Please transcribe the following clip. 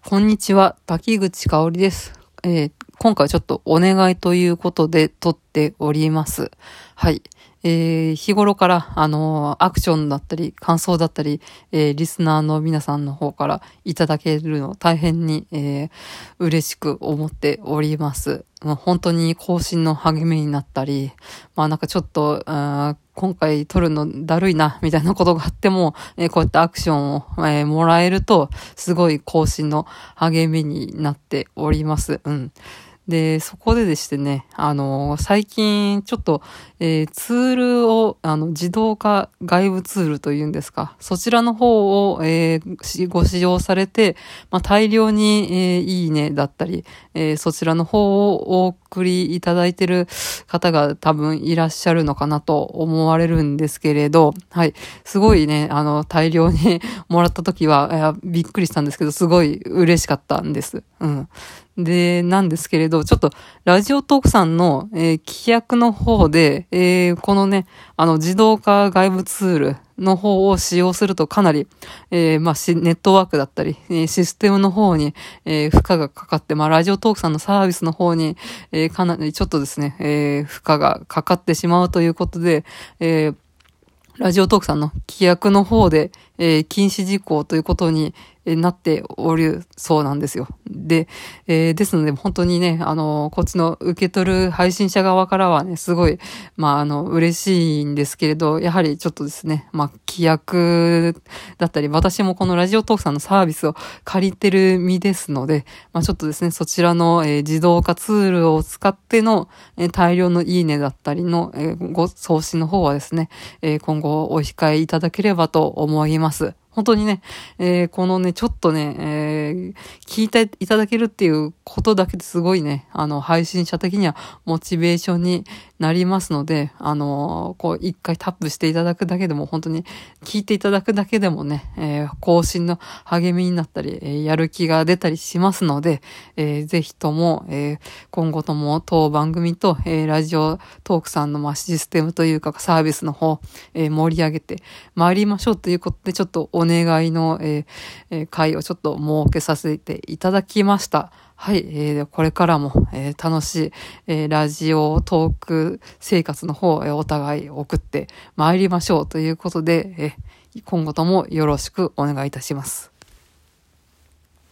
こんにちは、滝口香織です。今回ちょっとお願いということで撮っております。はい。日頃から、アクションだったり、感想だったり、リスナーの皆さんの方からいただけるのを大変に、嬉しく思っております。本当に更新の励みになったり、なんかちょっと、今回撮るのだるいな、みたいなことがあっても、こうやってアクションを、もらえると、すごい更新の励みになっております。で、そこででしてね、最近ちょっと、ツールを、自動化外部ツールというんですか、そちらの方を、ご使用されて、大量に、いいねだったり、そちらの方をお送りいただいている方が多分いらっしゃるのかなと思われるんですけれど、はい。すごいね、大量にもらった時は、びっくりしたんですけど、すごい嬉しかったんです。で、なんですけれど、ちょっと、ラジオトークさんの、規約の方で、このね、自動化外部ツールの方を使用するとかなり、ネットワークだったり、システムの方に、負荷がかかって、ラジオトークさんのサービスの方に、かなりちょっとですね、負荷がかかってしまうということで、ラジオトークさんの規約の方で、禁止事項ということになっておるそうなんですよ。で、ですので本当にね、こっちの受け取る配信者側からはね、すごい、嬉しいんですけれど、やはりちょっとですね、規約だったり、私もこのラジオトークさんのサービスを借りてる身ですので、ちょっとですね、そちらの、自動化ツールを使っての、大量のいいねだったりの、ご送信の方はですね、今後お控えいただければと思います。本当にね、このね、ちょっとね、聞いていただけるっていうことだけですごいね、配信者的にはモチベーションになりますので、一回タップしていただくだけでも、本当に聞いていただくだけでもね、更新の励みになったり、やる気が出たりしますので、ぜひとも、今後とも当番組と、ラジオトークさんのシステムというかサービスの方、盛り上げて参りましょうということで、ちょっとお願いの、会をちょっと設けさせていただきました。はい、これからも、楽しい、ラジオトーク生活の方を、お互い送って参りましょうということで、今後ともよろしくお願いいたします。